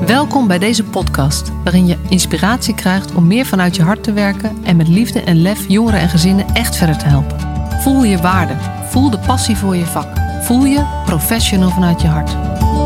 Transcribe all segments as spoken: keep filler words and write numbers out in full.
Welkom bij deze podcast, waarin je inspiratie krijgt om meer vanuit je hart te werken en met liefde en lef jongeren en gezinnen echt verder te helpen. Voel je waarde, voel de passie voor je vak, voel je professional vanuit je hart.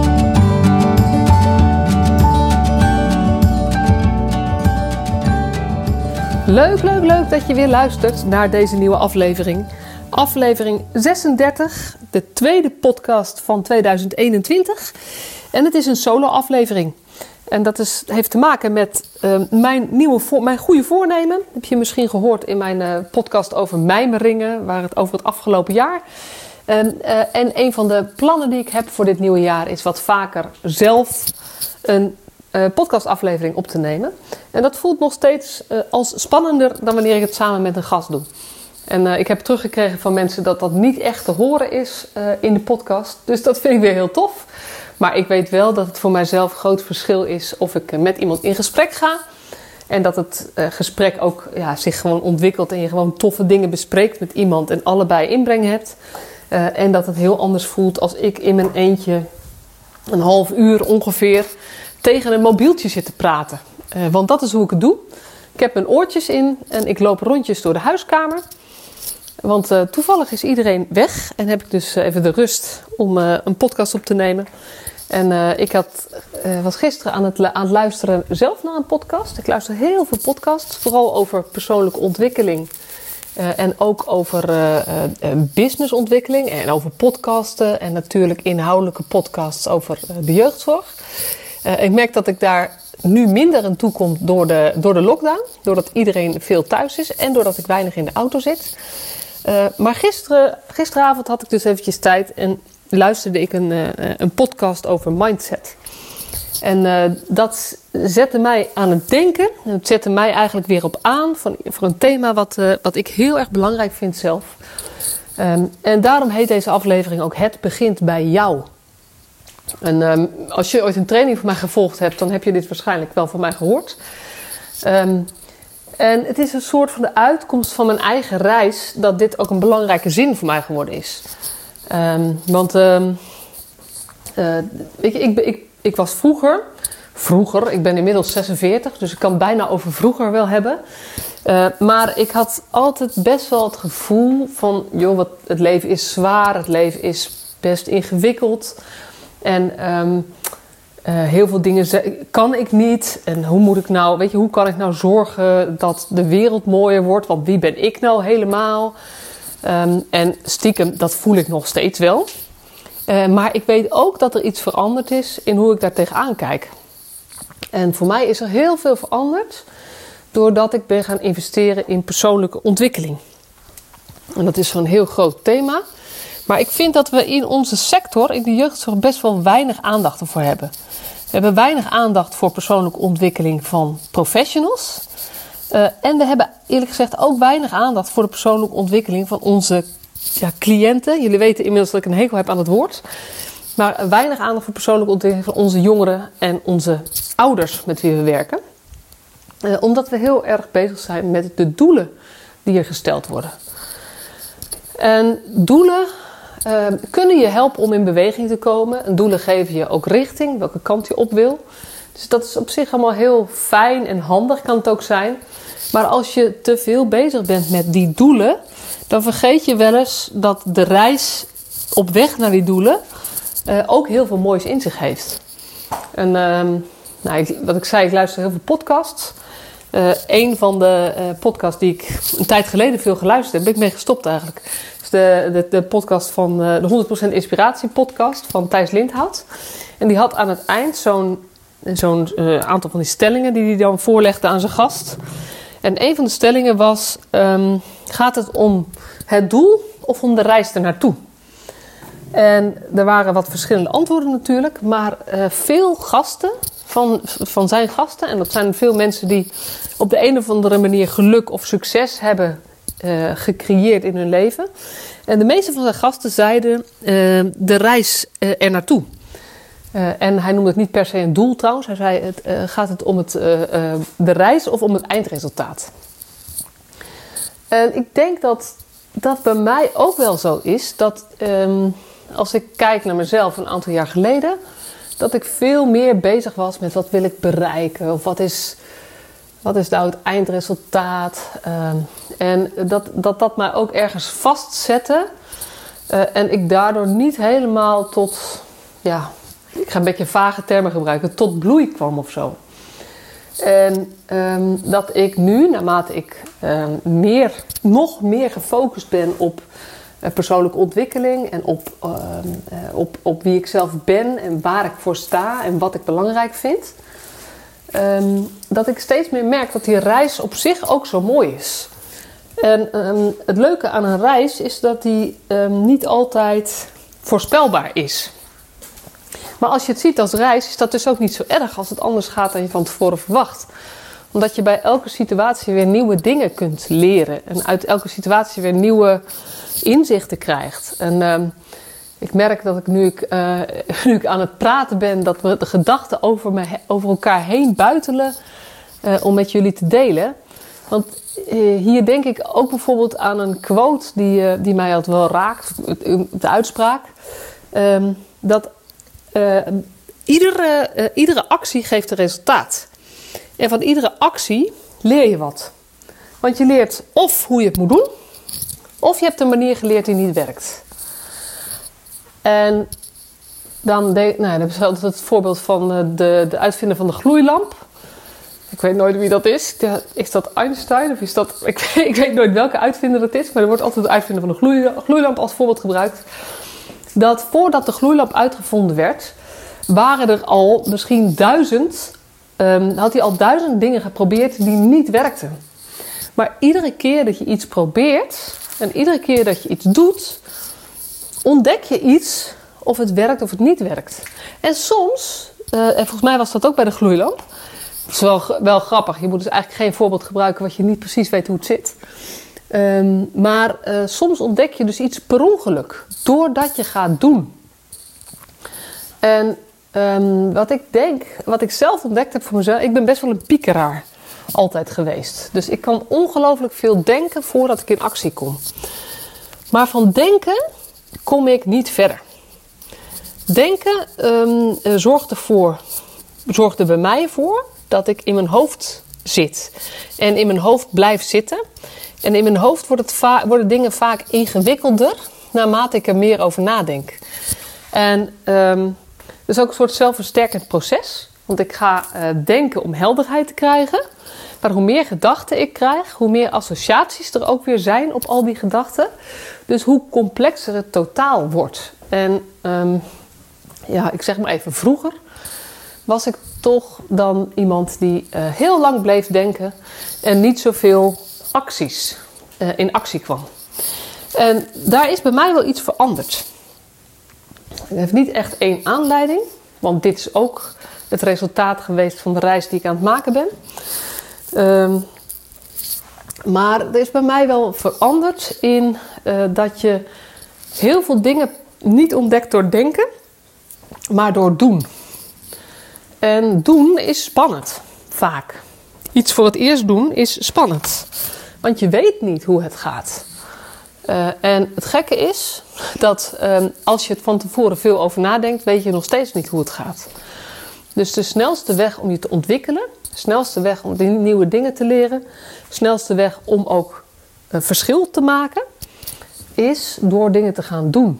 Leuk, leuk, leuk dat je weer luistert naar deze nieuwe aflevering. Aflevering zesendertig, de tweede podcast van tweeduizend eenentwintig. En het is een solo-aflevering. En dat is, heeft te maken met uh, mijn, nieuwe voor, mijn goede voornemen. Heb je misschien gehoord in mijn uh, podcast over mijmeringen, waar het over het afgelopen jaar. Uh, uh, en een van de plannen die ik heb voor dit nieuwe jaar is wat vaker zelf een uh, podcastaflevering op te nemen. En dat voelt nog steeds uh, als spannender dan wanneer ik het samen met een gast doe. En uh, ik heb teruggekregen van mensen dat dat niet echt te horen is uh, in de podcast. Dus dat vind ik weer heel tof. Maar ik weet wel dat het voor mijzelf een groot verschil is of ik uh, met iemand in gesprek ga. En dat het uh, gesprek ook ja, zich gewoon ontwikkelt en je gewoon toffe dingen bespreekt met iemand en allebei inbreng hebt. Uh, en dat het heel anders voelt als ik in mijn eentje een half uur ongeveer tegen een mobieltje zit te praten. Uh, want dat is hoe ik het doe. Ik heb mijn oortjes in en ik loop rondjes door de huiskamer. Want uh, toevallig is iedereen weg en heb ik dus uh, even de rust om uh, een podcast op te nemen. En uh, ik had, uh, was gisteren aan het, aan het luisteren zelf naar een podcast. Ik luister heel veel podcasts, vooral over persoonlijke ontwikkeling. Uh, en ook over uh, uh, businessontwikkeling en over podcasten. En natuurlijk inhoudelijke podcasts over uh, de jeugdzorg. Uh, ik merk dat ik daar nu minder aan toe kom door de, door de lockdown. Doordat iedereen veel thuis is en doordat ik weinig in de auto zit. Uh, maar gisteren, gisteravond had ik dus eventjes tijd en luisterde ik een, uh, een podcast over mindset. En uh, dat zette mij aan het denken. En het zette mij eigenlijk weer op aan van, voor een thema wat, uh, wat ik heel erg belangrijk vind zelf. Um, en daarom heet deze aflevering ook Het begint bij jou. En um, als je ooit een training van mij gevolgd hebt, dan heb je dit waarschijnlijk wel van mij gehoord. Um, En het is een soort van de uitkomst van mijn eigen reis dat dit ook een belangrijke zin voor mij geworden is. Um, want um, uh, ik, ik, ik, ik was vroeger, vroeger, ik ben inmiddels zesenveertig, dus ik kan het bijna over vroeger wel hebben. Uh, maar ik had altijd best wel het gevoel van, joh, wat, het leven is zwaar, het leven is best ingewikkeld. En Um, Uh, heel veel dingen kan ik niet. En hoe moet ik nou, weet je, hoe kan ik nou zorgen dat de wereld mooier wordt? Want wie ben ik nou helemaal? Um, en stiekem, dat voel ik nog steeds wel. Uh, maar ik weet ook dat er iets veranderd is in hoe ik daar tegenaan kijk. En voor mij is er heel veel veranderd doordat ik ben gaan investeren in persoonlijke ontwikkeling. En dat is zo'n heel groot thema. Maar ik vind dat we in onze sector, in de jeugdzorg, best wel weinig aandacht ervoor hebben. We hebben weinig aandacht voor persoonlijke ontwikkeling van professionals. Uh, en we hebben eerlijk gezegd ook weinig aandacht voor de persoonlijke ontwikkeling van onze ja, cliënten. Jullie weten inmiddels dat ik een hekel heb aan het woord. Maar weinig aandacht voor persoonlijke ontwikkeling van onze jongeren en onze ouders met wie we werken. Uh, omdat we heel erg bezig zijn met de doelen die er gesteld worden. En doelen Uh, kunnen je helpen om in beweging te komen. En doelen geven je ook richting, welke kant je op wil. Dus dat is op zich allemaal heel fijn en handig kan het ook zijn. Maar als je te veel bezig bent met die doelen, dan vergeet je wel eens dat de reis op weg naar die doelen uh, ook heel veel moois in zich heeft. En uh, nou, ik, wat ik zei, ik luister heel veel podcasts. Uh, een van de uh, podcasts die ik een tijd geleden veel geluisterd heb, ben ik mee gestopt eigenlijk. Dus de, de, de podcast van uh, de honderd procent Inspiratie podcast van Thijs Lindhout. En die had aan het eind zo'n, zo'n uh, aantal van die stellingen die hij dan voorlegde aan zijn gast. En een van de stellingen was, um, gaat het om het doel of om de reis ernaartoe? En er waren wat verschillende antwoorden natuurlijk, maar uh, veel gasten van, van zijn gasten, en dat zijn veel mensen die op de een of andere manier geluk of succes hebben uh, gecreëerd in hun leven. En de meeste van zijn gasten zeiden uh, de reis uh, er naartoe. Uh, en hij noemde het niet per se een doel trouwens. Hij zei, het, uh, gaat het om het, uh, uh, de reis of om het eindresultaat? En ik denk dat dat bij mij ook wel zo is. Dat um, als ik kijk naar mezelf een aantal jaar geleden, dat ik veel meer bezig was met wat wil ik bereiken. Of wat is, wat is nou het eindresultaat. Uh, en dat, dat dat mij ook ergens vastzette. Uh, en ik daardoor niet helemaal tot, ja, ik ga een beetje vage termen gebruiken, tot bloei kwam of zo. En um, dat ik nu, naarmate ik um, meer, nog meer gefocust ben op uh, persoonlijke ontwikkeling en op, uh, uh, op, op wie ik zelf ben en waar ik voor sta en wat ik belangrijk vind, um, dat ik steeds meer merk dat die reis op zich ook zo mooi is. En um, het leuke aan een reis is dat die um, niet altijd voorspelbaar is. Maar als je het ziet als reis, is dat dus ook niet zo erg als het anders gaat dan je van tevoren verwacht. Omdat je bij elke situatie weer nieuwe dingen kunt leren. En uit elke situatie weer nieuwe inzichten krijgt. En uh, ik merk dat ik nu, ik uh, nu ik aan het praten ben, dat we de gedachten over, me, over elkaar heen buitelen uh, om met jullie te delen. Want uh, hier denk ik ook bijvoorbeeld aan een quote die, uh, die mij altijd wel raakt. De uitspraak. Um, dat Uh, iedere, uh, iedere actie geeft een resultaat. En van iedere actie leer je wat. Want je leert of hoe je het moet doen, of je hebt een manier geleerd die niet werkt. En dan, de, nou, dan is altijd het voorbeeld van de, de uitvinder van de gloeilamp. Ik weet nooit wie dat is. Is dat Einstein? Of is dat, ik, ik weet nooit welke uitvinder dat is, maar er wordt altijd de uitvinder van de gloei, gloeilamp als voorbeeld gebruikt. Dat voordat de gloeilamp uitgevonden werd, waren er al misschien duizend, um, had hij al duizend dingen geprobeerd die niet werkten. Maar iedere keer dat je iets probeert en iedere keer dat je iets doet, ontdek je iets of het werkt of het niet werkt. En soms, uh, en volgens mij was dat ook bij de gloeilamp, dat is wel, wel grappig, je moet dus eigenlijk geen voorbeeld gebruiken wat je niet precies weet hoe het zit. Um, maar uh, soms ontdek je dus iets per ongeluk, doordat je gaat doen. En um, wat ik denk, wat ik zelf ontdekt heb voor mezelf, ik ben best wel een piekeraar altijd geweest. Dus ik kan ongelooflijk veel denken voordat ik in actie kom. Maar van denken kom ik niet verder. Denken um, zorgt ervoor, zorgt er bij mij voor dat ik in mijn hoofd zit. En in mijn hoofd blijf zitten. En in mijn hoofd wordt het va- worden dingen vaak ingewikkelder naarmate ik er meer over nadenk. En um, dat is ook een soort zelfversterkend proces. Want ik ga uh, denken om helderheid te krijgen. Maar hoe meer gedachten ik krijg, hoe meer associaties er ook weer zijn op al die gedachten. Dus hoe complexer het totaal wordt. En um, ja, ik zeg maar even vroeger was ik toch dan iemand die uh, heel lang bleef denken en niet zoveel acties uh, in actie kwam. En daar is bij mij wel iets veranderd. Het heeft niet echt één aanleiding, want dit is ook het resultaat geweest van de reis die ik aan het maken ben. Um, maar er is bij mij wel veranderd in uh, dat je heel veel dingen niet ontdekt door denken, maar door doen. En doen is spannend, vaak. Iets voor het eerst doen is spannend. Want je weet niet hoe het gaat. Uh, en het gekke is dat uh, als je het van tevoren veel over nadenkt, weet je nog steeds niet hoe het gaat. Dus de snelste weg om je te ontwikkelen, de snelste weg om nieuwe dingen te leren, de snelste weg om ook een verschil te maken, is door dingen te gaan doen.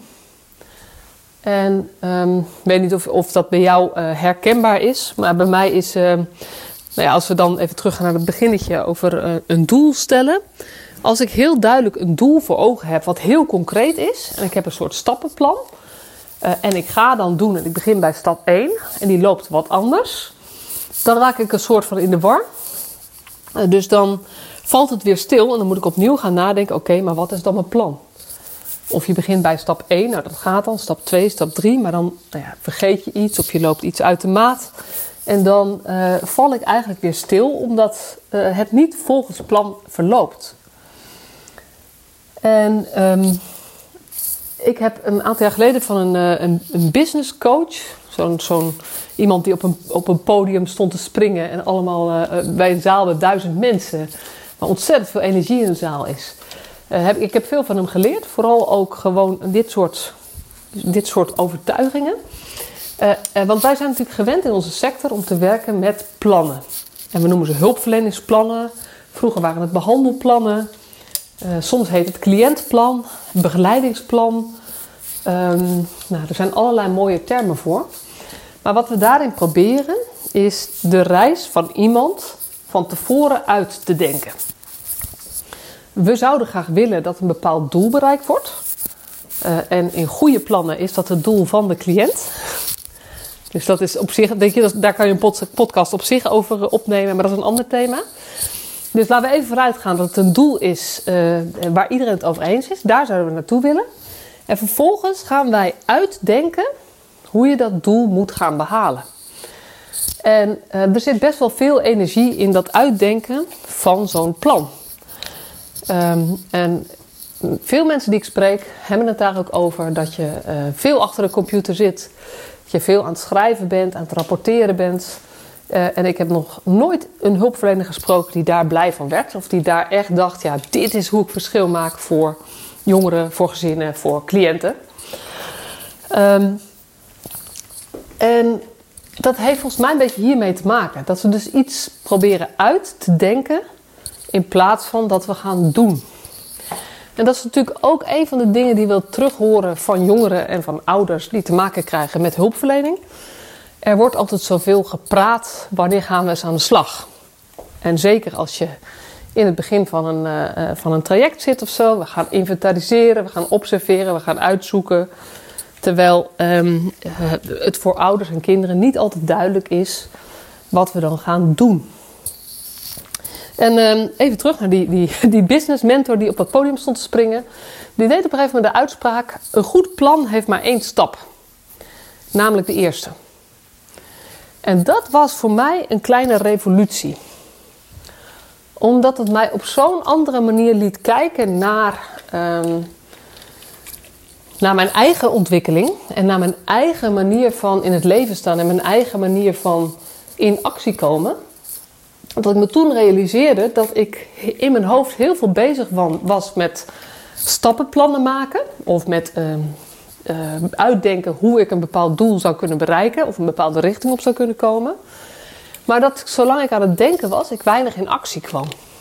En um, ik weet niet of, of dat bij jou uh, herkenbaar is, maar bij mij is, uh, nou ja, als we dan even teruggaan naar het beginnetje over uh, een doel stellen. Als ik heel duidelijk een doel voor ogen heb wat heel concreet is en ik heb een soort stappenplan uh, en ik ga dan doen en ik begin bij stap één en die loopt wat anders, dan raak ik een soort van in de war. Uh, dus dan valt het weer stil en dan moet ik opnieuw gaan nadenken, oké, okay, maar wat is dan mijn plan? Of je begint bij stap één, nou dat gaat dan, stap twee, stap drie, maar dan nou ja, vergeet je iets of je loopt iets uit de maat. En dan uh, val ik eigenlijk weer stil, omdat uh, het niet volgens plan verloopt. En um, ik heb een aantal jaar geleden van een, uh, een, een business coach, zo'n, zo'n iemand die op een, op een podium stond te springen en allemaal uh, bij een zaal met duizend mensen, waar ontzettend veel energie in de zaal is. Uh, heb, ik heb veel van hem geleerd, vooral ook gewoon dit soort, dit soort overtuigingen. Uh, uh, want wij zijn natuurlijk gewend in onze sector om te werken met plannen. En we noemen ze hulpverleningsplannen. Vroeger waren het behandelplannen. Uh, soms heet het cliëntplan, begeleidingsplan. Um, nou, er zijn allerlei mooie termen voor. Maar wat we daarin proberen is de reis van iemand van tevoren uit te denken. We zouden graag willen dat een bepaald doel bereikt wordt. Uh, en in goede plannen is dat het doel van de cliënt. Dus dat is op zich, denk je, daar kan je een podcast op zich over opnemen, maar dat is een ander thema. Dus laten we even vooruit gaan dat het een doel is uh, waar iedereen het over eens is. Daar zouden we naartoe willen. En vervolgens gaan wij uitdenken hoe je dat doel moet gaan behalen. En uh, er zit best wel veel energie in dat uitdenken van zo'n plan. Um, en veel mensen die ik spreek hebben het daar ook over dat je uh, veel achter de computer zit. Dat je veel aan het schrijven bent, aan het rapporteren bent. Uh, en ik heb nog nooit een hulpverlener gesproken die daar blij van werd. Of die daar echt dacht, ja, dit is hoe ik verschil maak voor jongeren, voor gezinnen, voor cliënten. Um, en dat heeft volgens mij een beetje hiermee te maken. Dat we dus iets proberen uit te denken in plaats van dat we gaan doen. En dat is natuurlijk ook een van de dingen die we terug horen van jongeren en van ouders die te maken krijgen met hulpverlening. Er wordt altijd zoveel gepraat, wanneer gaan we eens aan de slag? En zeker als je in het begin van een, uh, van een traject zit of zo. We gaan inventariseren, we gaan observeren, we gaan uitzoeken. Terwijl um, uh, het voor ouders en kinderen niet altijd duidelijk is wat we dan gaan doen. En um, even terug naar die, die, die business mentor die op dat podium stond te springen. Die deed op een gegeven moment de uitspraak: een goed plan heeft maar één stap. Namelijk de eerste. En dat was voor mij een kleine revolutie. Omdat het mij op zo'n andere manier liet kijken naar, um, naar mijn eigen ontwikkeling. En naar mijn eigen manier van in het leven staan. En mijn eigen manier van in actie komen. Dat ik me toen realiseerde dat ik in mijn hoofd heel veel bezig was met stappenplannen maken. Of met uh, uh, uitdenken hoe ik een bepaald doel zou kunnen bereiken. Of een bepaalde richting op zou kunnen komen. Maar dat zolang ik aan het denken was, ik weinig in actie kwam.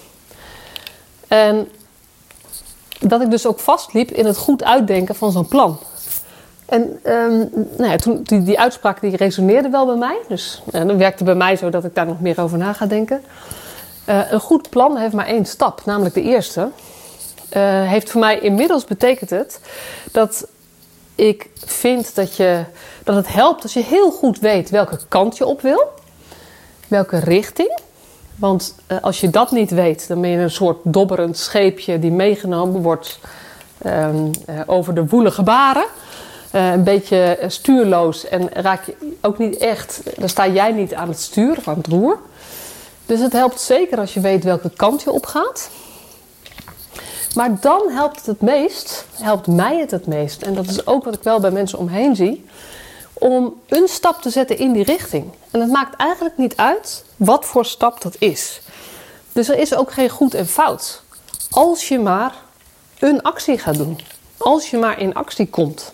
En dat ik dus ook vastliep in het goed uitdenken van zo'n plan. En um, nou ja, toen, die, die uitspraak die resoneerde wel bij mij. Dus uh, dan werkte bij mij zo dat ik daar nog meer over na ga denken. Uh, een goed plan heeft maar één stap, namelijk de eerste. Uh, heeft voor mij inmiddels betekent het dat ik vind dat, je, dat het helpt als je heel goed weet welke kant je op wil. Welke richting. Want uh, als je dat niet weet, dan ben je een soort dobberend scheepje die meegenomen wordt um, uh, over de woelige baren. Uh, een beetje stuurloos en raak je ook niet echt, dan sta jij niet aan het stuur of aan het roer. Dus het helpt zeker als je weet welke kant je op gaat. Maar dan helpt het het meest, helpt mij het het meest. En dat is ook wat ik wel bij mensen omheen zie. Om een stap te zetten in die richting. En het maakt eigenlijk niet uit wat voor stap dat is. Dus er is ook geen goed en fout. Als je maar een actie gaat doen. Als je maar in actie komt.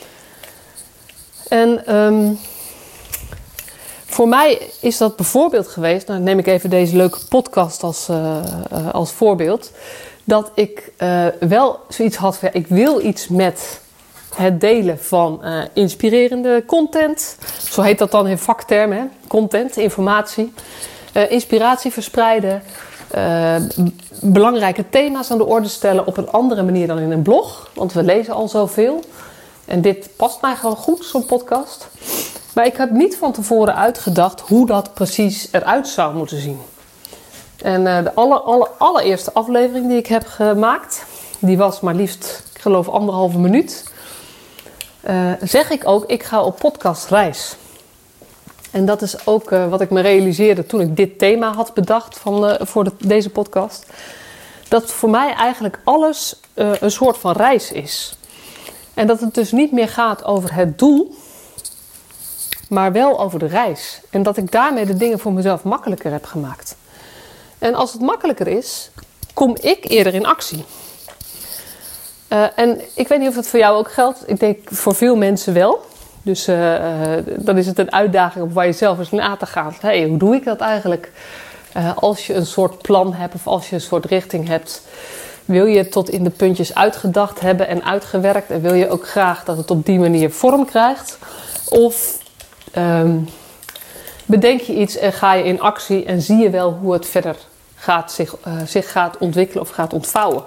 En um, voor mij is dat bijvoorbeeld geweest, nou neem ik even deze leuke podcast als, uh, uh, als voorbeeld, dat ik uh, wel zoiets had van, ja, ik wil iets met het delen van uh, inspirerende content. Zo heet dat dan in vaktermen, hè? Content, informatie, uh, inspiratie verspreiden, uh, belangrijke thema's aan de orde stellen op een andere manier dan in een blog, want we lezen al zoveel. En dit past mij gewoon goed, zo'n podcast. Maar ik heb niet van tevoren uitgedacht hoe dat precies eruit zou moeten zien. En uh, de aller, aller, allereerste aflevering die ik heb gemaakt, die was maar liefst, ik geloof, anderhalve minuut. Uh, zeg ik ook, ik ga op podcastreis. En dat is ook uh, wat ik me realiseerde toen ik dit thema had bedacht van, uh, voor de, deze podcast. Dat voor mij eigenlijk alles uh, een soort van reis is. En dat het dus niet meer gaat over het doel, maar wel over de reis. En dat ik daarmee de dingen voor mezelf makkelijker heb gemaakt. En als het makkelijker is, kom ik eerder in actie. Uh, en ik weet niet of dat voor jou ook geldt. Ik denk voor veel mensen wel. Dus uh, uh, dan is het een uitdaging om waar je zelf eens na te gaan. Hey, hoe doe ik dat eigenlijk? Uh, als je een soort plan hebt of als je een soort richting hebt, wil je het tot in de puntjes uitgedacht hebben en uitgewerkt. En wil je ook graag dat het op die manier vorm krijgt? Of um, bedenk je iets en ga je in actie en zie je wel hoe het verder gaat, zich, uh, zich gaat ontwikkelen of gaat ontvouwen?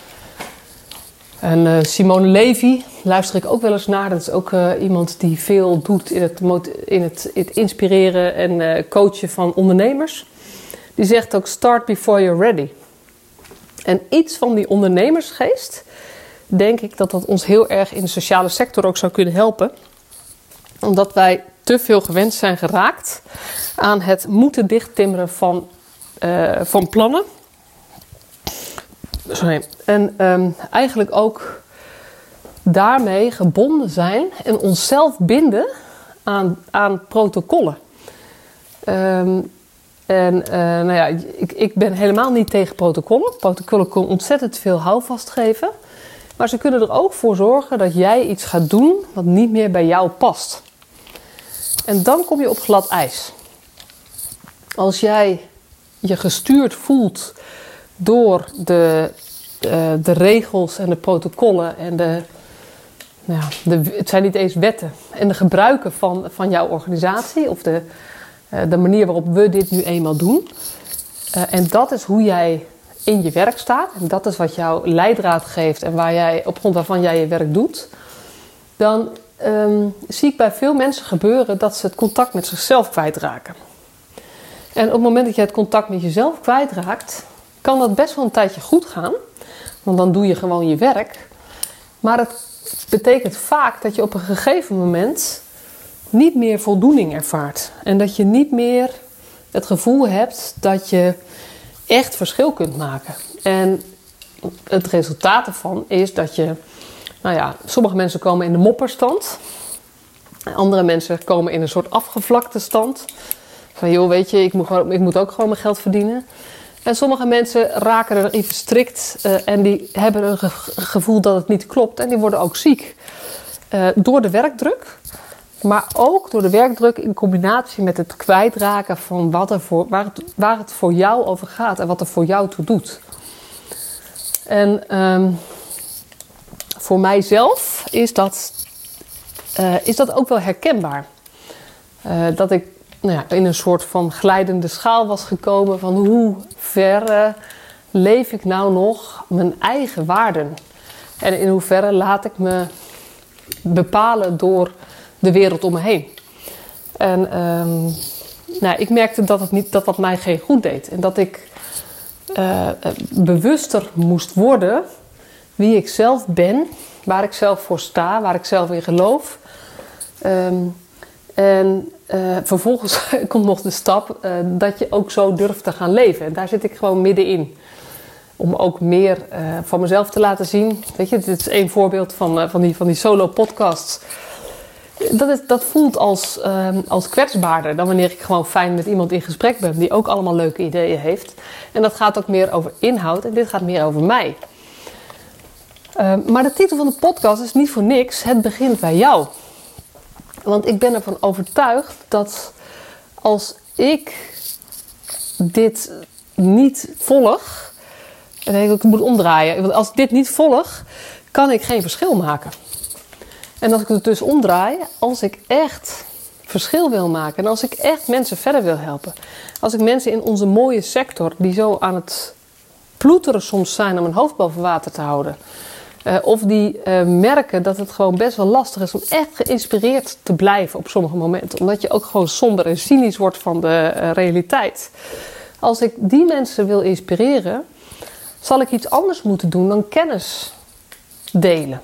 En uh, Simone Levy luister ik ook wel eens naar. Dat is ook uh, iemand die veel doet in het, in het, in het inspireren en uh, coachen van ondernemers. Die zegt ook start before you're ready. En iets van die ondernemersgeest, denk ik dat dat ons heel erg in de sociale sector ook zou kunnen helpen. Omdat wij te veel gewend zijn geraakt aan het moeten dichttimmeren van, uh, van plannen. Sorry. En um, eigenlijk ook daarmee gebonden zijn en onszelf binden aan, aan protocollen. Um, en uh, nou ja, ik, ik ben helemaal niet tegen protocollen. Protocollen kunnen ontzettend veel houvast geven. Maar ze kunnen er ook voor zorgen dat jij iets gaat doen wat niet meer bij jou past. En dan kom je op glad ijs. Als jij je gestuurd voelt door de, de, de regels en de protocollen en de, nou ja, de, het zijn niet eens wetten, en de gebruiken van, van jouw organisatie of de, de manier waarop we dit nu eenmaal doen. Uh, en dat is hoe jij in je werk staat en dat is wat jouw leidraad geeft en waar jij, op grond waarvan jij je werk doet. Dan um, zie ik bij veel mensen gebeuren dat ze het contact met zichzelf kwijtraken. En op het moment dat je het contact met jezelf kwijtraakt, kan dat best wel een tijdje goed gaan. Want dan doe je gewoon je werk. Maar het betekent vaak dat je op een gegeven moment niet meer voldoening ervaart. En dat je niet meer het gevoel hebt dat je echt verschil kunt maken. En het resultaat ervan is dat je, nou ja, sommige mensen komen in de mopperstand. Andere mensen komen in een soort afgevlakte stand. Van joh, weet je, ik moet, gewoon, ik moet ook gewoon mijn geld verdienen. En sommige mensen raken er even strikt uh, en die hebben een ge- gevoel dat het niet klopt. En die worden ook ziek. Uh, door de werkdruk. Maar ook door de werkdruk in combinatie met het kwijtraken van wat er voor, waar, het, waar het voor jou over gaat. En wat er voor jou toe doet. En um, voor mijzelf is dat, uh, is dat ook wel herkenbaar. Uh, dat ik nou ja, in een soort van glijdende schaal was gekomen van hoe ver uh, leef ik nou nog mijn eigen waarden. En in hoeverre laat ik me bepalen door de wereld om me heen. En um, nou, ik merkte dat, het niet, dat dat mij geen goed deed. En dat ik uh, bewuster moest worden wie ik zelf ben, waar ik zelf voor sta, waar ik zelf in geloof. Um, en uh, vervolgens komt nog de stap uh, dat je ook zo durft te gaan leven. En daar zit ik gewoon middenin. Om ook meer uh, van mezelf te laten zien. Weet je, dit is één voorbeeld van, uh, van die, van die solo podcasts. Dat, is, dat voelt als, uh, als kwetsbaarder dan wanneer ik gewoon fijn met iemand in gesprek ben. Die ook allemaal leuke ideeën heeft. En dat gaat ook meer over inhoud. En dit gaat meer over mij. Uh, maar de titel van de podcast is niet voor niks. Het begint bij jou. Want ik ben ervan overtuigd dat als ik dit niet volg, dan denk ik, ik moet omdraaien. Want als ik dit niet volg, kan ik geen verschil maken. En als ik het dus omdraai, als ik echt verschil wil maken en als ik echt mensen verder wil helpen, als ik mensen in onze mooie sector die zo aan het ploeteren soms zijn om hun hoofd boven water te houden, Uh, of die uh, merken dat het gewoon best wel lastig is om echt geïnspireerd te blijven op sommige momenten. Omdat je ook gewoon somber en cynisch wordt van de uh, realiteit. Als ik die mensen wil inspireren, zal ik iets anders moeten doen dan kennis delen.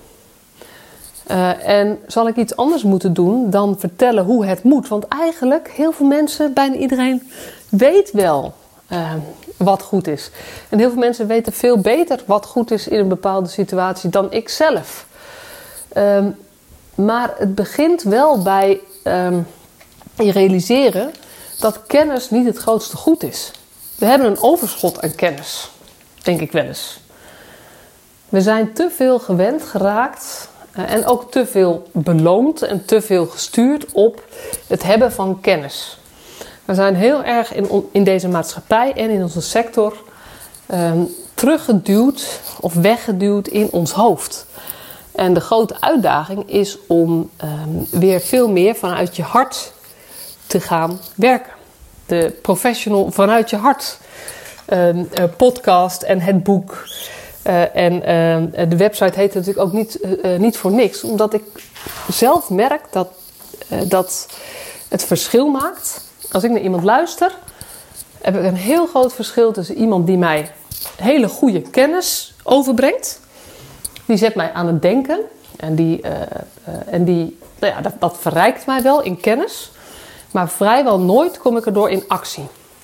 Uh, en zal ik iets anders moeten doen dan vertellen hoe het moet. Want eigenlijk, heel veel mensen, bijna iedereen, weet wel Uh, wat goed is. En heel veel mensen weten veel beter wat goed is in een bepaalde situatie dan ik zelf. Um, maar het begint wel bij um, je realiseren dat kennis niet het grootste goed is. We hebben een overschot aan kennis, denk ik wel eens. We zijn te veel gewend geraakt Uh, en ook te veel beloond en te veel gestuurd op het hebben van kennis. We zijn heel erg in, in deze maatschappij en in onze sector um, teruggeduwd of weggeduwd in ons hoofd. En de grote uitdaging is om um, weer veel meer vanuit je hart te gaan werken. De professional vanuit je hart um, uh, podcast en het boek. Uh, en uh, de website heet natuurlijk ook niet, uh, niet voor niks. Omdat ik zelf merk dat, uh, dat het verschil maakt. Als ik naar iemand luister, heb ik een heel groot verschil tussen iemand die mij hele goede kennis overbrengt. Die zet mij aan het denken. En die, uh, uh, en die nou ja, dat, dat verrijkt mij wel in kennis. Maar vrijwel nooit kom ik erdoor in actie.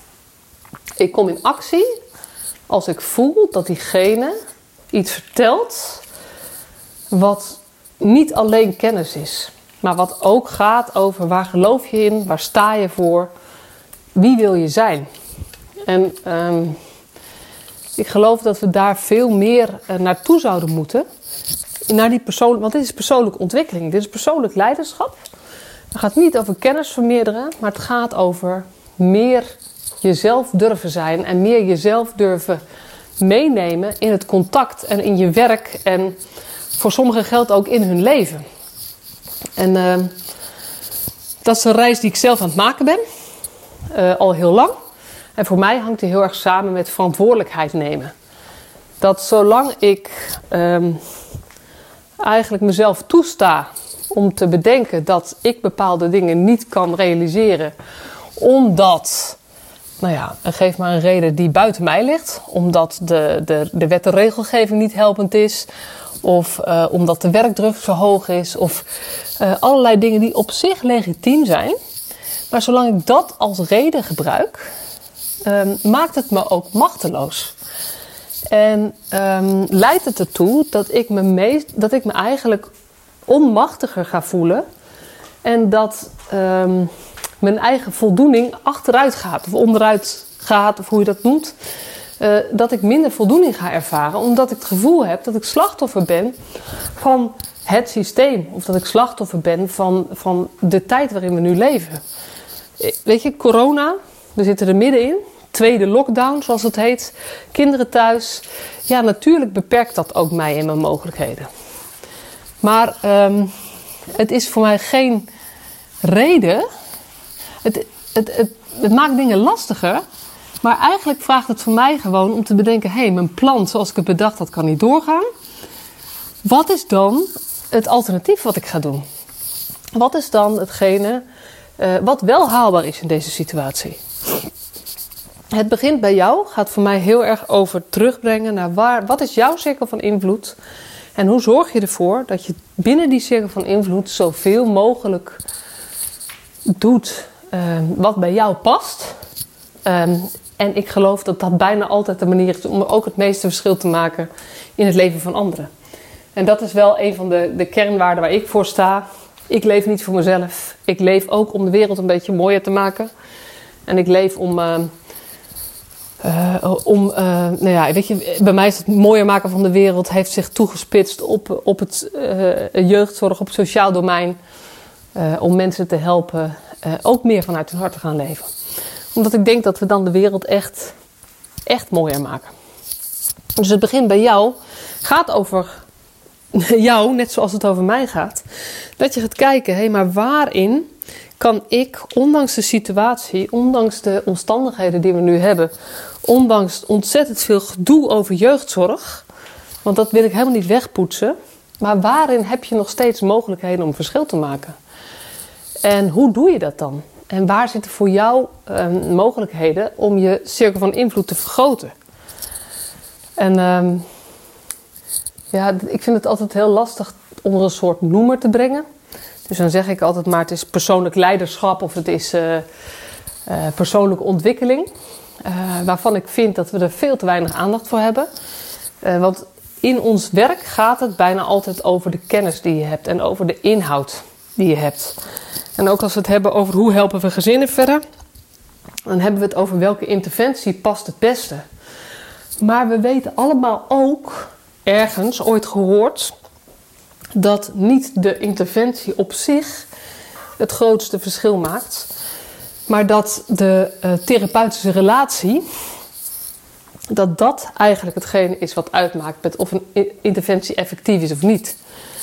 Ik kom in actie als ik voel dat diegene iets vertelt wat niet alleen kennis is. Maar wat ook gaat over waar geloof je in, waar sta je voor, wie wil je zijn. En um, ik geloof dat we daar veel meer uh, naartoe zouden moeten. Naar die persoon, want dit is persoonlijke ontwikkeling, dit is persoonlijk leiderschap. Het gaat niet over kennis vermeerderen, maar het gaat over meer jezelf durven zijn en meer jezelf durven meenemen in het contact en in je werk en voor sommigen geldt ook in hun leven. En uh, dat is een reis die ik zelf aan het maken ben, uh, al heel lang. En voor mij hangt die heel erg samen met verantwoordelijkheid nemen. Dat zolang ik um, eigenlijk mezelf toesta om te bedenken dat ik bepaalde dingen niet kan realiseren, omdat, nou ja, geef maar een reden die buiten mij ligt, omdat de, de, de wet en regelgeving niet helpend is, of uh, omdat de werkdruk zo hoog is, of uh, allerlei dingen die op zich legitiem zijn. Maar zolang ik dat als reden gebruik, um, maakt het me ook machteloos. En um, leidt het ertoe dat ik me, meest, dat ik me eigenlijk onmachtiger ga voelen. En dat um, mijn eigen voldoening achteruit gaat. Of onderuit gaat, of hoe je dat noemt. Uh, dat ik minder voldoening ga ervaren. Omdat ik het gevoel heb dat ik slachtoffer ben van het systeem. Of dat ik slachtoffer ben van, van de tijd waarin we nu leven. Weet je, corona, we zitten er middenin. Tweede lockdown, zoals het heet. Kinderen thuis. Ja, natuurlijk beperkt dat ook mij en mijn mogelijkheden. Maar um, het is voor mij geen reden. Het, het, het, het maakt dingen lastiger. Maar eigenlijk vraagt het voor mij gewoon om te bedenken, hé, hey, mijn plan zoals ik het bedacht had kan niet doorgaan. Wat is dan het alternatief wat ik ga doen? Wat is dan hetgene uh, wat wel haalbaar is in deze situatie? Het begint bij jou, gaat voor mij heel erg over terugbrengen naar waar, wat is jouw cirkel van invloed? En hoe zorg je ervoor dat je binnen die cirkel van invloed zoveel mogelijk doet uh, wat bij jou past? Um, en ik geloof dat dat bijna altijd de manier is om ook het meeste verschil te maken in het leven van anderen. En dat is wel een van de, de kernwaarden waar ik voor sta. Ik leef niet voor mezelf. Ik leef ook om de wereld een beetje mooier te maken. En ik leef om... Uh, Uh, om, uh, nou ja, weet je, bij mij is het mooier maken van de wereld heeft zich toegespitst op, op het uh, jeugdzorg, op het sociaal domein. Uh, om mensen te helpen uh, ook meer vanuit hun hart te gaan leven. Omdat ik denk dat we dan de wereld echt, echt mooier maken. Dus het begint bij jou, gaat over jou, net zoals het over mij gaat. Dat je gaat kijken, hé, hey, maar waarin kan ik, ondanks de situatie, ondanks de omstandigheden die we nu hebben, ondanks ontzettend veel gedoe over jeugdzorg, want dat wil ik helemaal niet wegpoetsen, maar waarin heb je nog steeds mogelijkheden om verschil te maken? En hoe doe je dat dan? En waar zitten voor jou uh, mogelijkheden om je cirkel van invloed te vergroten? En um, ja, ik vind het altijd heel lastig onder een soort noemer te brengen. Dus dan zeg ik altijd maar het is persoonlijk leiderschap of het is uh, uh, persoonlijke ontwikkeling. Uh, waarvan ik vind dat we er veel te weinig aandacht voor hebben. Uh, want in ons werk gaat het bijna altijd over de kennis die je hebt en over de inhoud die je hebt. En ook als we het hebben over hoe helpen we gezinnen verder, dan hebben we het over welke interventie past het beste. Maar we weten allemaal ook ergens ooit gehoord dat niet de interventie op zich het grootste verschil maakt, maar dat de uh, therapeutische relatie, dat dat eigenlijk hetgene is wat uitmaakt met of een interventie effectief is of niet.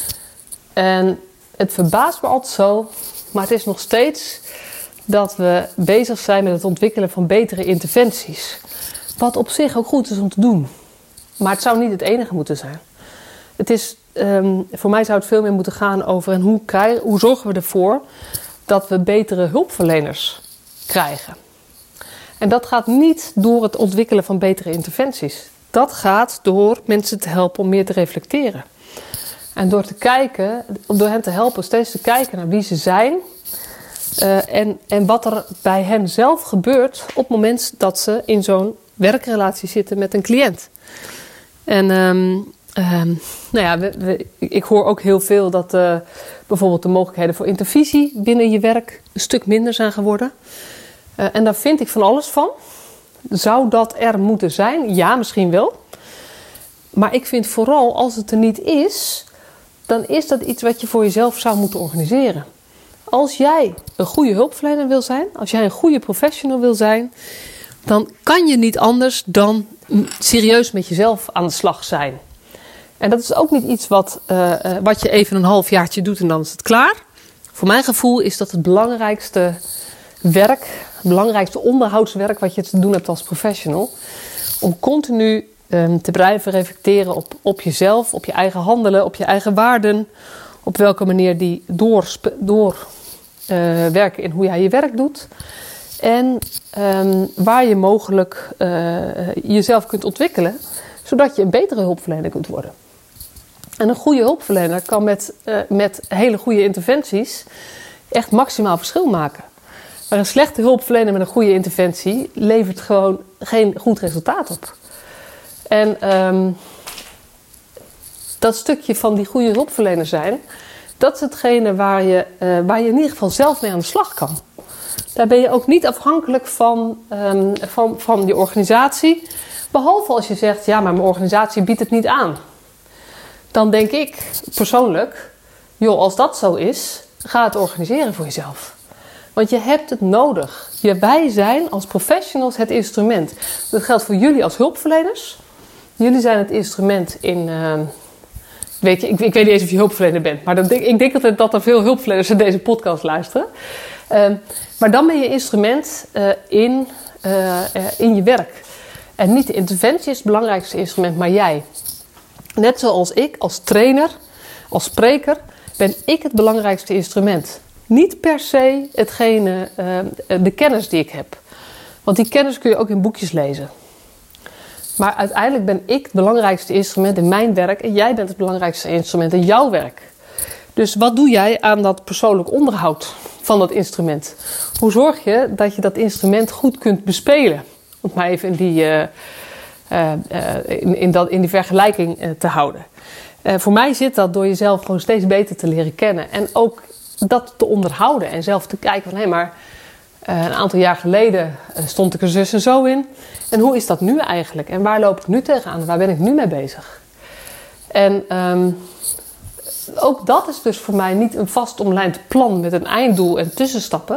En het verbaast me altijd zo, maar het is nog steeds dat we bezig zijn met het ontwikkelen van betere interventies. Wat op zich ook goed is om te doen. Maar het zou niet het enige moeten zijn. Het is, um, voor mij zou het veel meer moeten gaan over en hoe, krijgen, hoe zorgen we ervoor dat we betere hulpverleners krijgen. En dat gaat niet door het ontwikkelen van betere interventies. Dat gaat door mensen te helpen om meer te reflecteren. En door te kijken, door hen te helpen steeds te kijken naar wie ze zijn. Uh, en, en wat er bij hen zelf gebeurt op het moment dat ze in zo'n werkrelatie zitten met een cliënt. En um, um, nou ja, we, we, ik hoor ook heel veel dat uh, bijvoorbeeld de mogelijkheden voor intervisie binnen je werk een stuk minder zijn geworden. Uh, en daar vind ik van alles van. Zou dat er moeten zijn? Ja, misschien wel. Maar ik vind vooral als het er niet is, dan is dat iets wat je voor jezelf zou moeten organiseren. Als jij een goede hulpverlener wil zijn, als jij een goede professional wil zijn, dan kan je niet anders dan serieus met jezelf aan de slag zijn. En dat is ook niet iets wat, uh, wat je even een halfjaartje doet en dan is het klaar. Voor mijn gevoel is dat het belangrijkste werk, het belangrijkste onderhoudswerk wat je te doen hebt als professional. Om continu um, te blijven reflecteren op, op jezelf, op je eigen handelen, op je eigen waarden. Op welke manier die door, door uh, werken in hoe jij je werk doet. En um, waar je mogelijk uh, jezelf kunt ontwikkelen, zodat je een betere hulpverlener kunt worden. En een goede hulpverlener kan met, uh, met hele goede interventies echt maximaal verschil maken. Maar een slechte hulpverlener met een goede interventie levert gewoon geen goed resultaat op. En um, dat stukje van die goede hulpverlener zijn, dat is hetgene waar je, uh, waar je in ieder geval zelf mee aan de slag kan. Daar ben je ook niet afhankelijk van, um, van, van die organisatie. Behalve als je zegt, ja, maar mijn organisatie biedt het niet aan. Dan denk ik persoonlijk, joh, als dat zo is, ga het organiseren voor jezelf. Want je hebt het nodig. Je, wij zijn als professionals het instrument. Dat geldt voor jullie als hulpverleners. Jullie zijn het instrument in... Uh, weet je, ik, ik weet niet eens of je hulpverlener bent. Maar dat, ik denk altijd dat er veel hulpverleners naar deze podcast luisteren. Uh, maar dan ben je instrument uh, in, uh, uh, in je werk. En niet de interventie is het belangrijkste instrument, maar jij. Net zoals ik als trainer, als spreker, ben ik het belangrijkste instrument. Niet per se hetgene, uh, de kennis die ik heb. Want die kennis kun je ook in boekjes lezen. Maar uiteindelijk ben ik het belangrijkste instrument in mijn werk. En jij bent het belangrijkste instrument in jouw werk. Dus wat doe jij aan dat persoonlijk onderhoud van dat instrument? Hoe zorg je dat je dat instrument goed kunt bespelen? Om maar even in die, uh, uh, in, in, dat, in die vergelijking uh, te houden. Uh, voor mij zit dat door jezelf gewoon steeds beter te leren kennen. En ook dat te onderhouden. En zelf te kijken van, hé, maar uh, een aantal jaar geleden uh, stond ik er zus en zo in. En hoe is dat nu eigenlijk? En waar loop ik nu tegenaan? Waar ben ik nu mee bezig? En um, ook dat is dus voor mij niet een vast omlijnd plan met een einddoel en tussenstappen.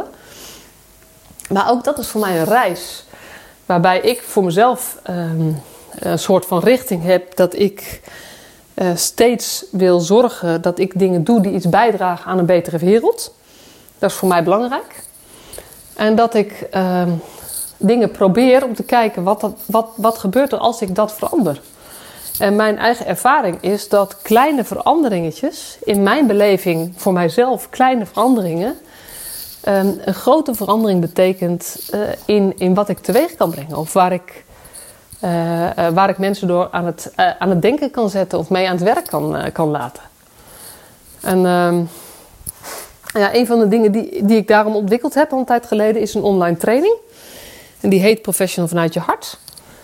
Maar ook dat is voor mij een reis. Waarbij ik voor mezelf um, een soort van richting heb dat ik uh, steeds wil zorgen dat ik dingen doe die iets bijdragen aan een betere wereld. Dat is voor mij belangrijk. En dat ik uh, dingen probeer om te kijken wat, dat, wat, wat gebeurt er als ik dat verander. En mijn eigen ervaring is dat kleine veranderingetjes, in mijn beleving voor mijzelf kleine veranderingen, um, een grote verandering betekent uh, in, in wat ik teweeg kan brengen. Of waar ik, uh, uh, waar ik mensen door aan het, uh, aan het denken kan zetten of mee aan het werk kan, uh, kan laten. En um, ja, een van de dingen die, die ik daarom ontwikkeld heb al een tijd geleden is een online training. En die heet Professional vanuit je hart.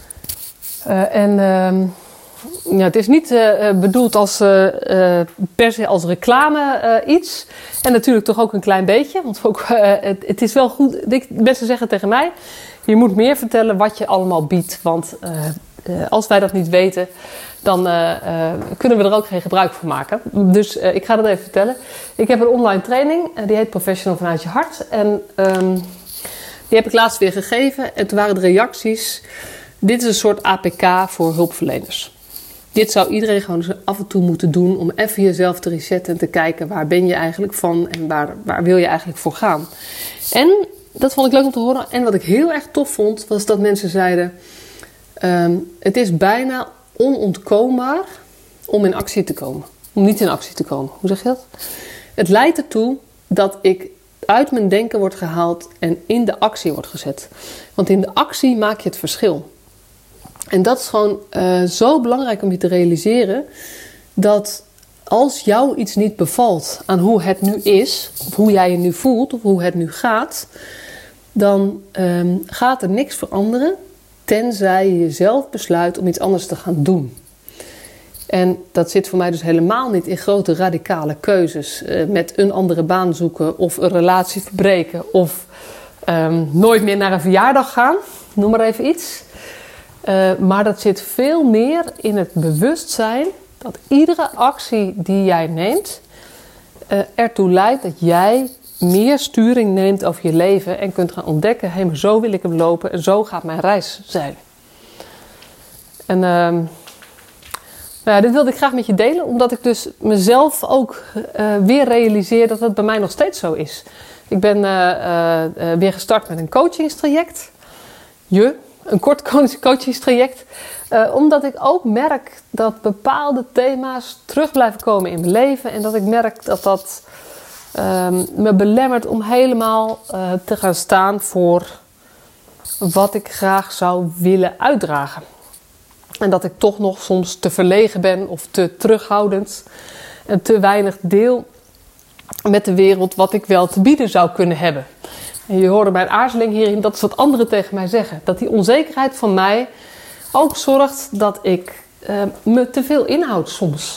Uh, en um, ja, het is niet uh, bedoeld als, uh, uh, per se als reclame uh, iets. En natuurlijk toch ook een klein beetje. Want ook, uh, het, het is wel goed. Mensen zeggen tegen mij, je moet meer vertellen wat je allemaal biedt. Want uh, uh, als wij dat niet weten, dan uh, uh, kunnen we er ook geen gebruik van maken. Dus uh, ik ga dat even vertellen. Ik heb een online training, uh, die heet Professional vanuit je hart. En um, die heb ik laatst weer gegeven. En toen waren de reacties, dit is een soort A P K voor hulpverleners. Dit zou iedereen gewoon af en toe moeten doen om even jezelf te resetten en te kijken waar ben je eigenlijk van en waar, waar wil je eigenlijk voor gaan. En dat vond ik leuk om te horen. En wat ik heel erg tof vond, was dat mensen zeiden, um, het is bijna onontkoombaar om in actie te komen. Om niet in actie te komen. Hoe zeg je dat? Het leidt ertoe dat ik uit mijn denken word gehaald en in de actie wordt gezet. Want in de actie maak je het verschil. En dat is gewoon uh, zo belangrijk om je te realiseren, dat als jou iets niet bevalt aan hoe het nu is, of hoe jij je nu voelt, of hoe het nu gaat, dan um, gaat er niks veranderen, tenzij je jezelf besluit om iets anders te gaan doen. En dat zit voor mij dus helemaal niet in grote radicale keuzes, uh, met een andere baan zoeken, of een relatie verbreken, of um, nooit meer naar een verjaardag gaan, noem maar even iets. Uh, maar dat zit veel meer in het bewustzijn dat iedere actie die jij neemt uh, ertoe leidt dat jij meer sturing neemt over je leven en kunt gaan ontdekken, hé, maar zo wil ik hem lopen en zo gaat mijn reis zijn. En uh, nou ja, dit wilde ik graag met je delen, omdat ik dus mezelf ook uh, weer realiseer dat het bij mij nog steeds zo is. Ik ben uh, uh, uh, weer gestart met een coachingstraject. Je... Een kort coachingstraject. Uh, omdat ik ook merk dat bepaalde thema's terug blijven komen in mijn leven. En dat ik merk dat dat uh, me belemmert om helemaal uh, te gaan staan voor wat ik graag zou willen uitdragen. En dat ik toch nog soms te verlegen ben of te terughoudend. En te weinig deel met de wereld wat ik wel te bieden zou kunnen hebben. En je hoorde mijn aarzeling hierin, dat is wat anderen tegen mij zeggen. Dat die onzekerheid van mij ook zorgt dat ik uh, me te veel inhoud soms.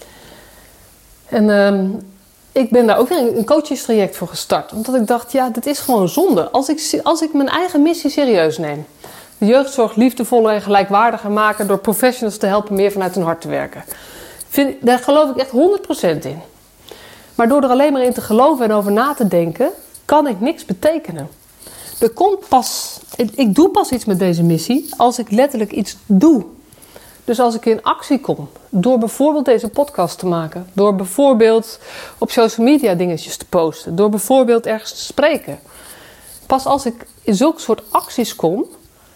En uh, ik ben daar ook weer een coachingstraject voor gestart. Omdat ik dacht, ja, dit is gewoon zonde. Als ik, als ik mijn eigen missie serieus neem. De jeugdzorg liefdevoller en gelijkwaardiger maken door professionals te helpen meer vanuit hun hart te werken. Vind, daar geloof ik echt honderd procent in. Maar door er alleen maar in te geloven en over na te denken, kan ik niks betekenen. Er komt pas, ik doe pas iets met deze missie als ik letterlijk iets doe. Dus als ik in actie kom, door bijvoorbeeld deze podcast te maken, door bijvoorbeeld op social media dingetjes te posten, door bijvoorbeeld ergens te spreken. Pas als ik in zulke soort acties kom,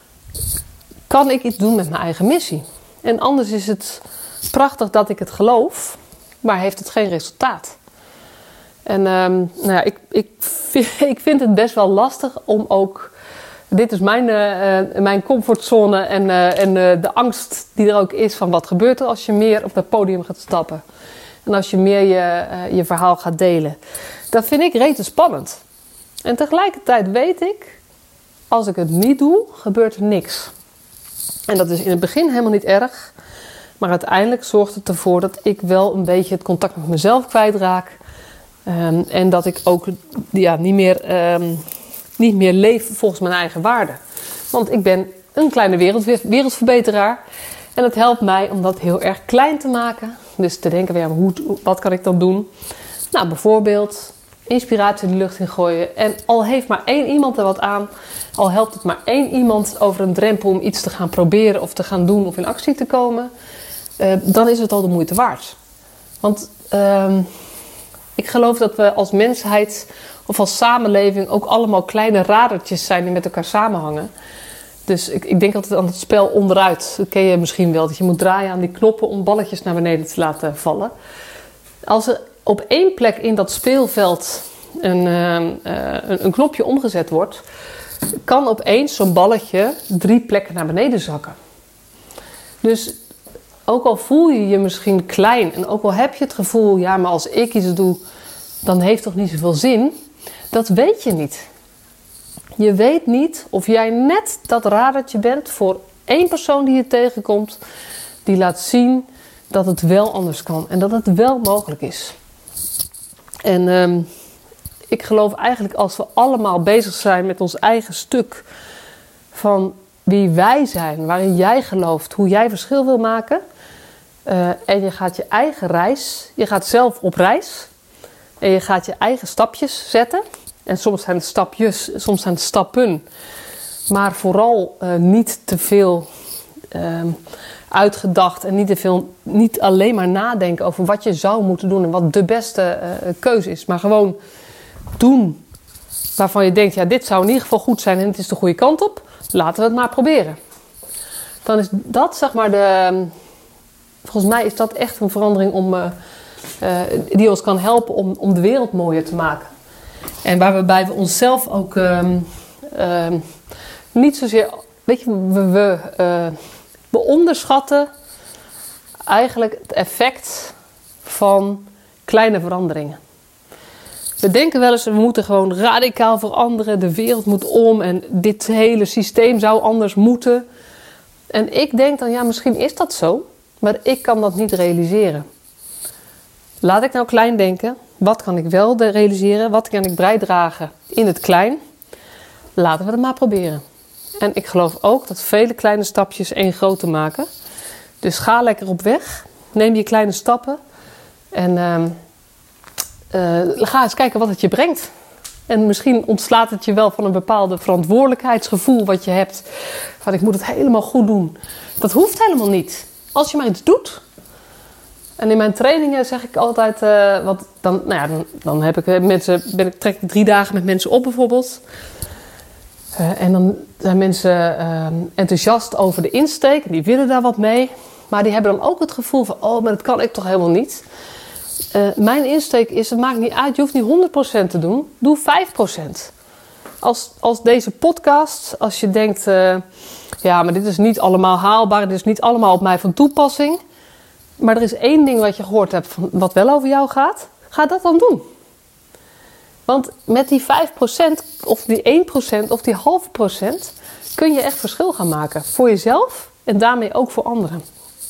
kan ik iets doen met mijn eigen missie. En anders is het prachtig dat ik het geloof, maar heeft het geen resultaat. En um, nou ja, ik, ik, vind, ik vind het best wel lastig om ook, dit is mijn, uh, mijn comfortzone en, uh, en uh, de angst die er ook is van wat gebeurt er als je meer op dat podium gaat stappen. En als je meer je, uh, je verhaal gaat delen. Dat vind ik rete spannend. En tegelijkertijd weet ik, als ik het niet doe, gebeurt er niks. En dat is in het begin helemaal niet erg. Maar uiteindelijk zorgt het ervoor dat ik wel een beetje het contact met mezelf kwijtraak. Um, en dat ik ook ja, niet, meer, um, niet meer leef volgens mijn eigen waarden. Want ik ben een kleine wereld, wereldverbeteraar. En het helpt mij om dat heel erg klein te maken. Dus te denken, ja, hoe, wat kan ik dan doen? Nou, bijvoorbeeld inspiratie in de lucht in gooien. En al heeft maar één iemand er wat aan, al helpt het maar één iemand over een drempel om iets te gaan proberen of te gaan doen of in actie te komen, uh, dan is het al de moeite waard. Want uh, ik geloof dat we als mensheid of als samenleving ook allemaal kleine radertjes zijn die met elkaar samenhangen. Dus ik, ik denk altijd aan het spel onderuit. Dat ken je misschien wel, dat je moet draaien aan die knoppen om balletjes naar beneden te laten vallen. Als er op één plek in dat speelveld een, uh, een, een knopje omgezet wordt, kan opeens zo'n balletje drie plekken naar beneden zakken. Dus ook al voel je je misschien klein en ook al heb je het gevoel, ja, maar als ik iets doe, dan heeft het toch niet zoveel zin. Dat weet je niet. Je weet niet of jij net dat radertje bent voor één persoon die je tegenkomt, die laat zien dat het wel anders kan en dat het wel mogelijk is. En um, ik geloof eigenlijk als we allemaal bezig zijn met ons eigen stuk van wie wij zijn, waarin jij gelooft, hoe jij verschil wil maken, Uh, en je gaat je eigen reis, je gaat zelf op reis. En je gaat je eigen stapjes zetten. En soms zijn het stapjes, soms zijn het stappen. Maar vooral uh, niet te veel uh, uitgedacht. En niet te veel, niet alleen maar nadenken over wat je zou moeten doen. En wat de beste uh, keuze is. Maar gewoon doen waarvan je denkt, ja, dit zou in ieder geval goed zijn. En het is de goede kant op. Laten we het maar proberen. Dan is dat, zeg maar, de... Volgens mij is dat echt een verandering om, uh, uh, die ons kan helpen om, om de wereld mooier te maken. En waarbij we onszelf ook um, um, niet zozeer... Weet je, we, we, uh, we onderschatten eigenlijk het effect van kleine veranderingen. We denken wel eens, we moeten gewoon radicaal veranderen. De wereld moet om en dit hele systeem zou anders moeten. En ik denk dan, ja, misschien is dat zo. Maar ik kan dat niet realiseren. Laat ik nou klein denken. Wat kan ik wel realiseren? Wat kan ik bijdragen in het klein? Laten we het maar proberen. En ik geloof ook dat vele kleine stapjes één grote maken. Dus ga lekker op weg. Neem je kleine stappen. En uh, uh, ga eens kijken wat het je brengt. En misschien ontslaat het je wel van een bepaalde verantwoordelijkheidsgevoel wat je hebt. Van ik moet het helemaal goed doen. Dat hoeft helemaal niet. Als je maar iets doet. En in mijn trainingen zeg ik altijd, uh, wat dan, nou ja, dan, dan heb ik mensen, ben ik, trek ik drie dagen met mensen op bijvoorbeeld. Uh, en dan zijn mensen uh, enthousiast over de insteek. En die willen daar wat mee. Maar die hebben dan ook het gevoel van, oh, maar dat kan ik toch helemaal niet. Uh, mijn insteek is, het maakt niet uit, je hoeft niet honderd procent te doen. Doe vijf procent. Als, als deze podcast, als je denkt, uh, ja, maar dit is niet allemaal haalbaar. Dit is niet allemaal op mij van toepassing. Maar er is één ding wat je gehoord hebt, van, wat wel over jou gaat. Ga dat dan doen. Want met die vijf procent of die één procent of die half procent kun je echt verschil gaan maken. Voor jezelf en daarmee ook voor anderen.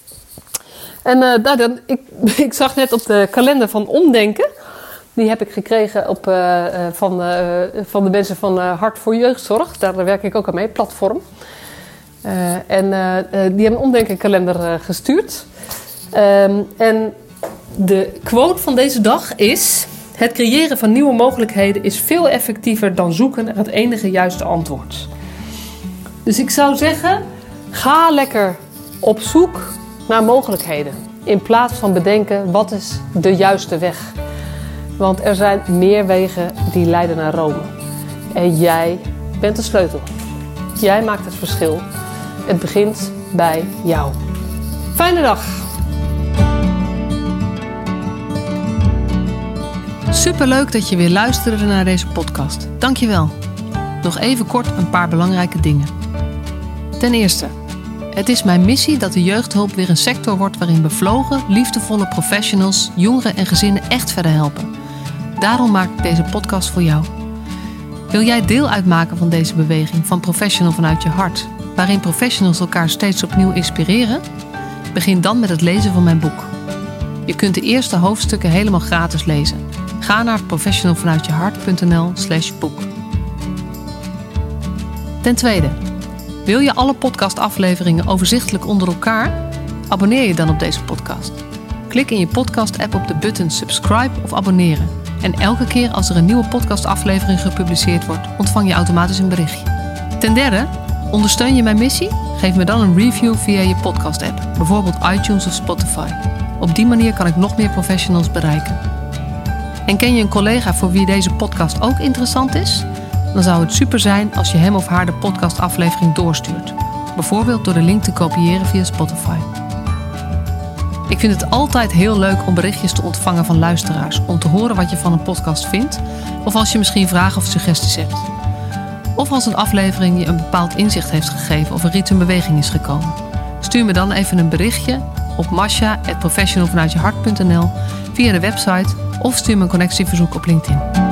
En uh, nou, dan, ik, ik zag net op de kalender van Omdenken. Die heb ik gekregen op, uh, van, uh, van de mensen van uh, Hart voor Jeugdzorg. Daar werk ik ook aan mee, platform. Uh, en uh, die hebben een Omdenkenkalender uh, gestuurd. Um, en de quote van deze dag is: het creëren van nieuwe mogelijkheden is veel effectiever dan zoeken naar het enige juiste antwoord. Dus ik zou zeggen, ga lekker op zoek naar mogelijkheden. In plaats van bedenken, wat is de juiste weg? Want er zijn meer wegen die leiden naar Rome. En jij bent de sleutel. Jij maakt het verschil. Het begint bij jou. Fijne dag! Superleuk dat je weer luisterde naar deze podcast. Dankjewel. Nog even kort een paar belangrijke dingen. Ten eerste, het is mijn missie dat de jeugdhulp weer een sector wordt waarin bevlogen, liefdevolle professionals, jongeren en gezinnen echt verder helpen. Daarom maak ik deze podcast voor jou. Wil jij deel uitmaken van deze beweging van Professional vanuit je hart, waarin professionals elkaar steeds opnieuw inspireren? Begin dan met het lezen van mijn boek. Je kunt de eerste hoofdstukken helemaal gratis lezen. Ga naar professionalvanuitjehart.nl slash boek. Ten tweede, wil je alle podcastafleveringen overzichtelijk onder elkaar? Abonneer je dan op deze podcast. Klik in je podcast-app op de button subscribe of abonneren. En elke keer als er een nieuwe podcastaflevering gepubliceerd wordt, ontvang je automatisch een berichtje. Ten derde, ondersteun je mijn missie? Geef me dan een review via je podcast-app, bijvoorbeeld iTunes of Spotify. Op die manier kan ik nog meer professionals bereiken. En ken je een collega voor wie deze podcast ook interessant is? Dan zou het super zijn als je hem of haar de podcastaflevering doorstuurt. Bijvoorbeeld door de link te kopiëren via Spotify. Ik vind het altijd heel leuk om berichtjes te ontvangen van luisteraars. Om te horen wat je van een podcast vindt. Of als je misschien vragen of suggesties hebt. Of als een aflevering je een bepaald inzicht heeft gegeven of er iets in beweging is gekomen. Stuur me dan even een berichtje op masha at professionalvanuitjehart punt n l via de website of stuur me een connectieverzoek op LinkedIn.